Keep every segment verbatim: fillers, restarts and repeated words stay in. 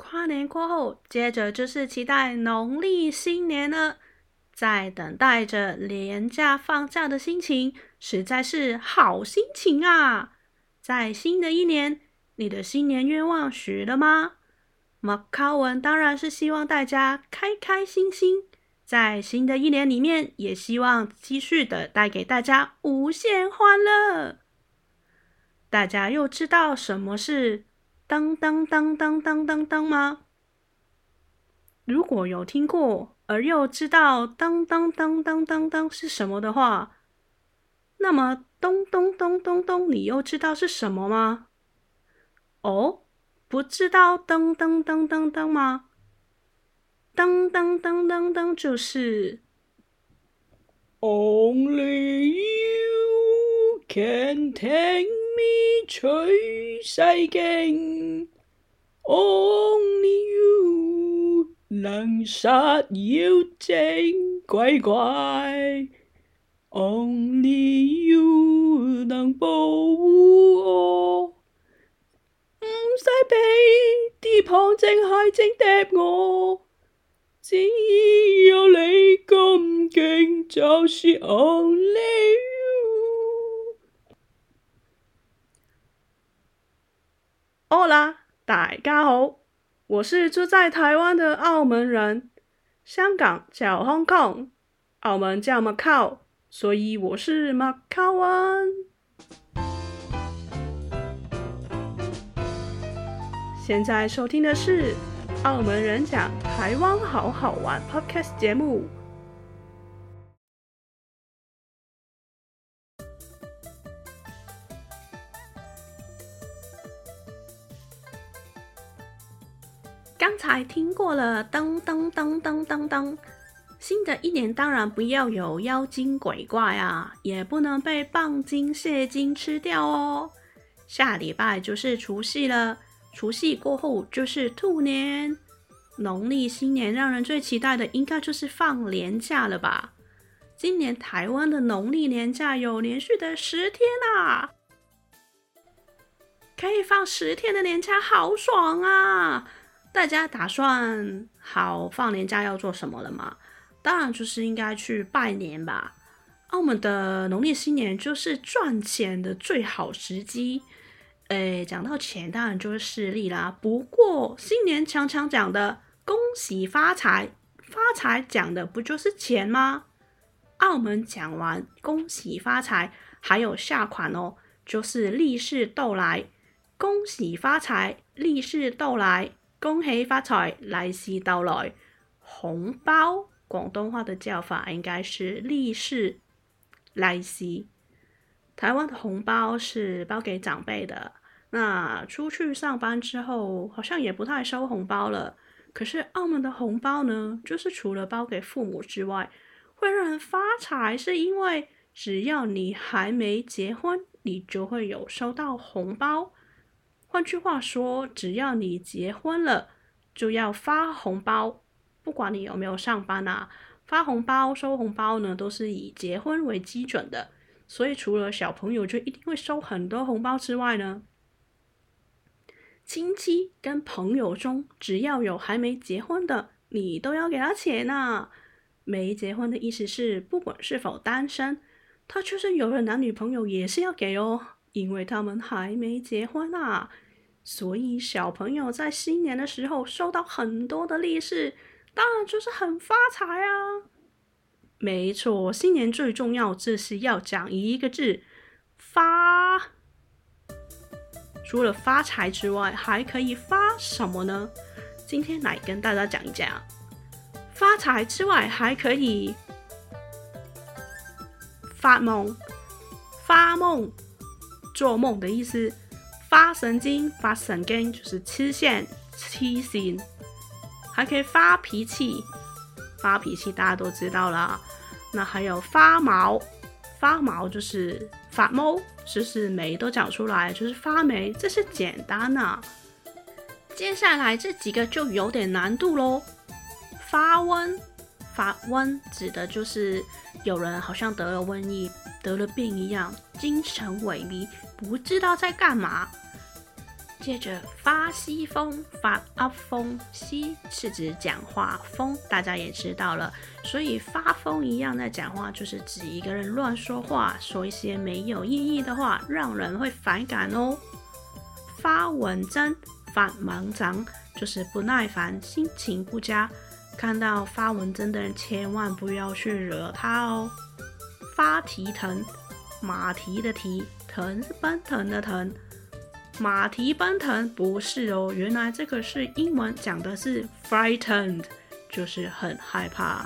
跨年过后，接着就是期待农历新年了。在等待着连假放假的心情，实在是好心情啊！在新的一年，你的新年愿望许了吗？马考文当然是希望大家开开心心，在新的一年里面，也希望继续的带给大家无限欢乐。大家又知道什么是当当当当当当当吗？如果有听过，而又知道当当当当当当是什么的话，那么咚咚咚咚咚，你又知道是什么吗？哦，不知道噔噔噔噔噔吗？噔噔噔噔噔就是 Only you can take me 取西經 Only you 能殺妖精鬼怪 Only you 能保護我，唔使俾啲旁淨係整揼我。只有你咁勁，就是 Only you。 哦啦，大家好，我是住在台湾的澳门人，香港叫 Hong Kong， 澳门叫 Macau， 所以我是马考文。现在收听的是澳门人讲台湾好好玩 Podcast 节目。刚才听过了当当当当当当，新的一年当然不要有妖精鬼怪啊，也不能被棒精蟹精吃掉哦。下礼拜就是除夕了，除夕过后就是兔年。农历新年让人最期待的应该就是放连假了吧？今年台湾的农历年假有连续的十天啊，可以放十天的年假，好爽啊！大家打算好放年假要做什么了吗？当然就是应该去拜年吧。澳门的农历新年就是赚钱的最好时机。诶，讲到钱当然就是势利啦。不过新年常常讲的恭喜发财，发财讲的不就是钱吗？澳门讲完恭喜发财，还有下款哦，就是利是逗来，恭喜发财，利是逗来。恭喜发财，利是到来。红包，广东话的叫法应该是利是利是。台湾的红包是包给长辈的，那出去上班之后好像也不太收红包了。可是澳门的红包呢，就是除了包给父母之外，会让人发财，是因为只要你还没结婚，你就会有收到红包。换句话说，只要你结婚了，就要发红包，不管你有没有上班啊，发红包、收红包呢，都是以结婚为基准的。所以除了小朋友就一定会收很多红包之外呢，亲戚跟朋友中，只要有还没结婚的，你都要给他钱啊。没结婚的意思是，不管是否单身，他就是有了男女朋友也是要给哦，因为他们还没结婚啊。所以小朋友在新年的时候收到很多的利是，当然就是很发财啊。没错，新年最重要就是要讲一个字，发。除了发财之外，还可以发什么呢？今天来跟大家讲一讲。发财之外，还可以发梦。发梦，做梦的意思。发神经，发神经就是痴线、痴线。还可以发脾气，发脾气大家都知道啦。那还有发毛，发毛就是发毛，就是眉都讲出来，就是发霉，这是简单啊。接下来这几个就有点难度咯。发瘟，发瘟指的就是有人好像得了瘟疫，得了病一样，精神萎靡，不知道在干嘛。 接着发西风，发 up 风，西是指讲话，风大家也知道了，所以发疯一样的讲话就是指一个人乱说话，说一些没有意义的话，让人会反感哦。发文真，发忙张，就是不耐烦，心情不佳，看到发文真的人千万不要去惹他哦。发蹄腾，马蹄的蹄，腾是奔腾的腾，马蹄奔腾不是哦，原来这个是英文讲的是 frightened， 就是很害怕。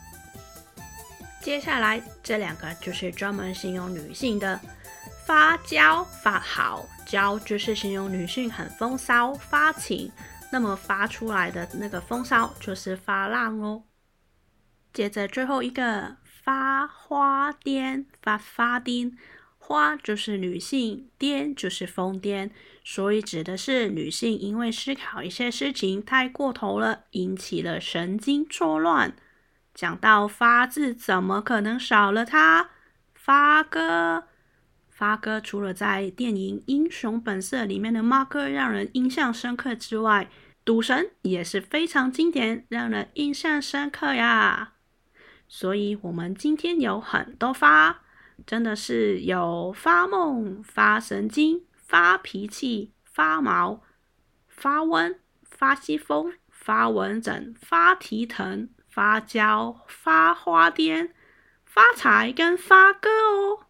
接下来这两个就是专门形容女性的，发娇发好，娇就是形容女性很风骚发情，那么发出来的那个风骚就是发浪哦。接着最后一个发花癫，发发癫，花就是女性，癫就是疯癫，所以指的是女性因为思考一些事情太过头了，引起了神经错乱。讲到发字，怎么可能少了它？发哥，发哥除了在电影《英雄本色》里面的马哥让人印象深刻之外，赌神也是非常经典，让人印象深刻呀。所以我们今天有很多发，真的是有发梦、发神经、发脾气、发毛、发温、发西风、发蚊疹、发蹄腾、发胶、发花癫、发财跟发哥哦。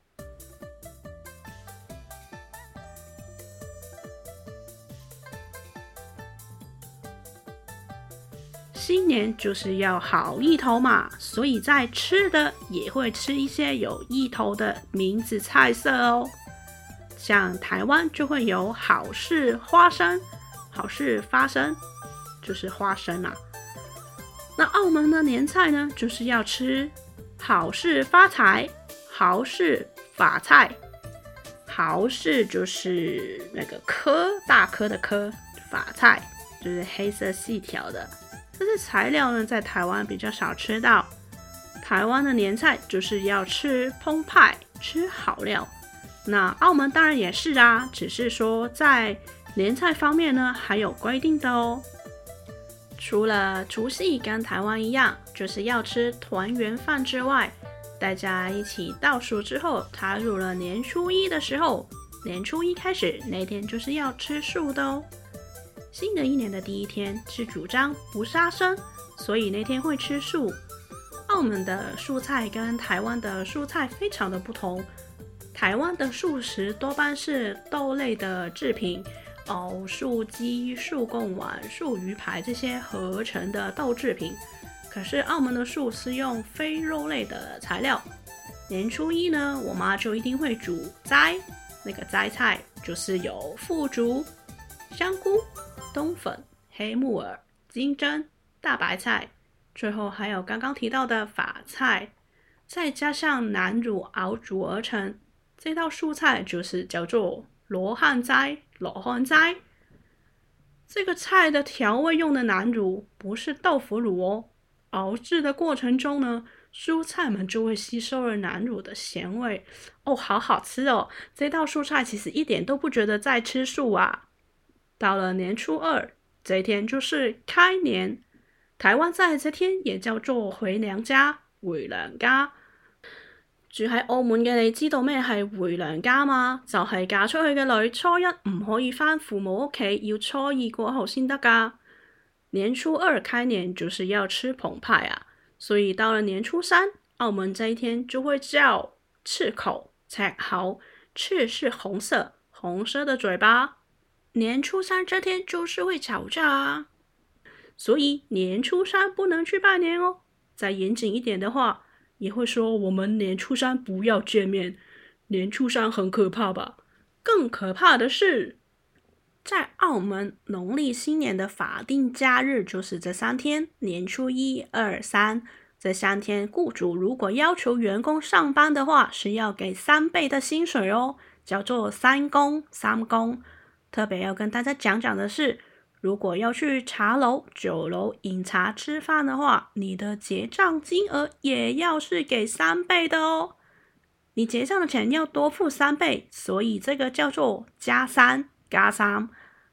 新年就是要好意头嘛，所以在吃的也会吃一些有意头的名字菜色哦。像台湾就会有好事花生，好事发生就是花生啊。那澳门的年菜呢，就是要吃好事发财，好事发菜。好事就是那个颗，大颗的颗，发菜就是黑色细条的。这些材料呢，在台湾比较少吃到。台湾的年菜就是要吃澎湃，吃好料。那澳门当然也是啊，只是说在年菜方面呢，还有规定的哦。除了除夕跟台湾一样，就是要吃团圆饭之外，大家一起倒数之后，踏入了年初一的时候，年初一开始那天就是要吃素的哦。新的一年的第一天是主张不杀生，所以那天会吃素。澳门的蔬菜跟台湾的蔬菜非常的不同，台湾的素食多半是豆类的制品，哦，素鸡、素贡丸、素鱼排这些合成的豆制品。可是澳门的素是用非肉类的材料。年初一呢，我妈就一定会煮斋，那个斋菜就是有腐竹、香菇、冬粉、黑木耳、金针、大白菜，最后还有刚刚提到的法菜，再加上南乳熬煮而成。这道蔬菜就是叫做罗汉斋，罗汉斋。这个菜的调味用的南乳不是豆腐乳哦，熬制的过程中呢，蔬菜们就会吸收了南乳的咸味哦，好好吃哦！这道蔬菜其实一点都不觉得在吃素啊。到了年初二，这一天就是开年，台灣在這天也叫做回娘家、回娘家。住喺澳門嘅你知道咩係回娘家嘛？就係嫁出去嘅女初一唔可以返父母屋企，要初二過後先得㗎。年初二開年就是要吃澎湃啊，所以到了年初三，澳門這一天就會叫赤口、赤口。赤是紅色，紅色的嘴巴。年初三這天就是會吵架啊，所以年初三不能去拜年哦。再嚴謹一點的話，也會說我們年初三不要見面，年初三很可怕吧？更可怕的是，在澳門農曆新年的法定假日就是這三天，年初一、二、三。這三天雇主如果要求員工上班的話，是要給三倍的薪水哦，叫做三工三工。特別要跟大家講講的是，如果要去茶樓、酒樓飲茶吃飯的話，你的結賬金額也要是給三倍的哦。你結賬的錢要多付三倍，所以這個叫做加三加三。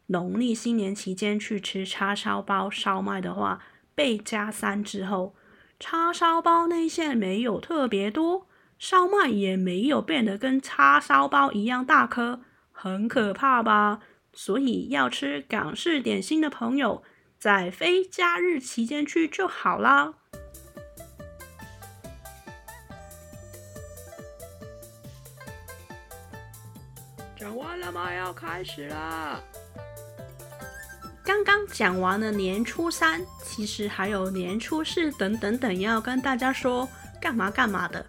农历新年期间去吃叉烧包、烧麦的话，被加三之后，叉烧包内馅没有特别多，烧麦也没有变得跟叉烧包一样大颗，很可怕吧？所以要吃港式点心的朋友，在非假日期间去就好啦。 讲完了吗？要开始啦！ 刚刚讲完了年初三，其实还有年初四等等等要跟大家说干嘛干嘛的。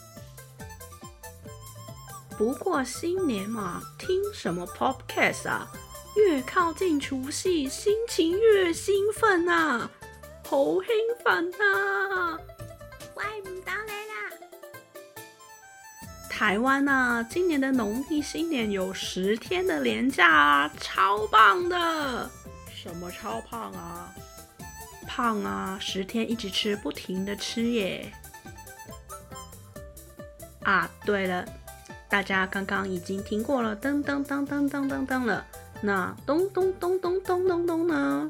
不过新年嘛，听什么 podcast 啊？越靠近除夕，心情越兴奋啊！好興奮啊！ 喂，唔到你啦！ 台灣啊，今年的農曆新年有十天的連假啊，超棒的！ 什麼超胖啊？ 胖啊，十天一直吃，不停的吃耶！啊，對了，大家剛剛已經聽過了噔噔噔噔噔噔噔了，那咚咚咚咚咚咚咚呢？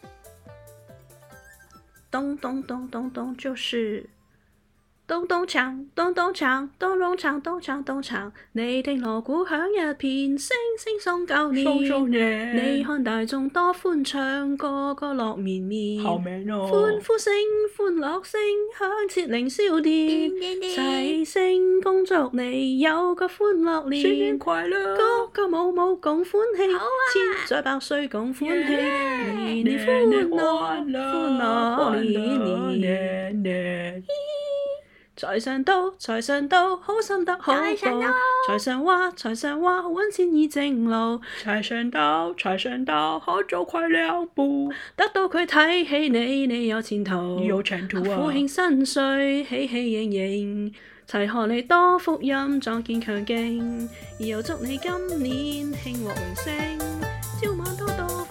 咚咚咚咚咚就是咚咚鏘，咚咚鏘，咚咚鏘，咚鏘咚鏘，你聽鑼鼓響一片，聲聲送舊年。 送舊年， 你看大眾多歡唱，個個樂綿綿。 好美哦！ 歡呼聲，歡樂聲，響徹凌霄殿。齊聲恭祝你有個歡樂年。 新年快樂！ 歌歌舞舞共歡喜， 好啊千載百歲共歡喜，年年年歡年樂，歡樂年年。 年年。 財神到，財神到，好心得好報。財神話，財神話，揾錢易正路。 財神到，財神到，好走快兩步。 得到佢睇起你，你有前途。 你有前途啊！ 虎慶新歲，喜喜盈盈，齊賀你多福音，壯健強勁。又祝你今年興旺榮升，朝晚都多。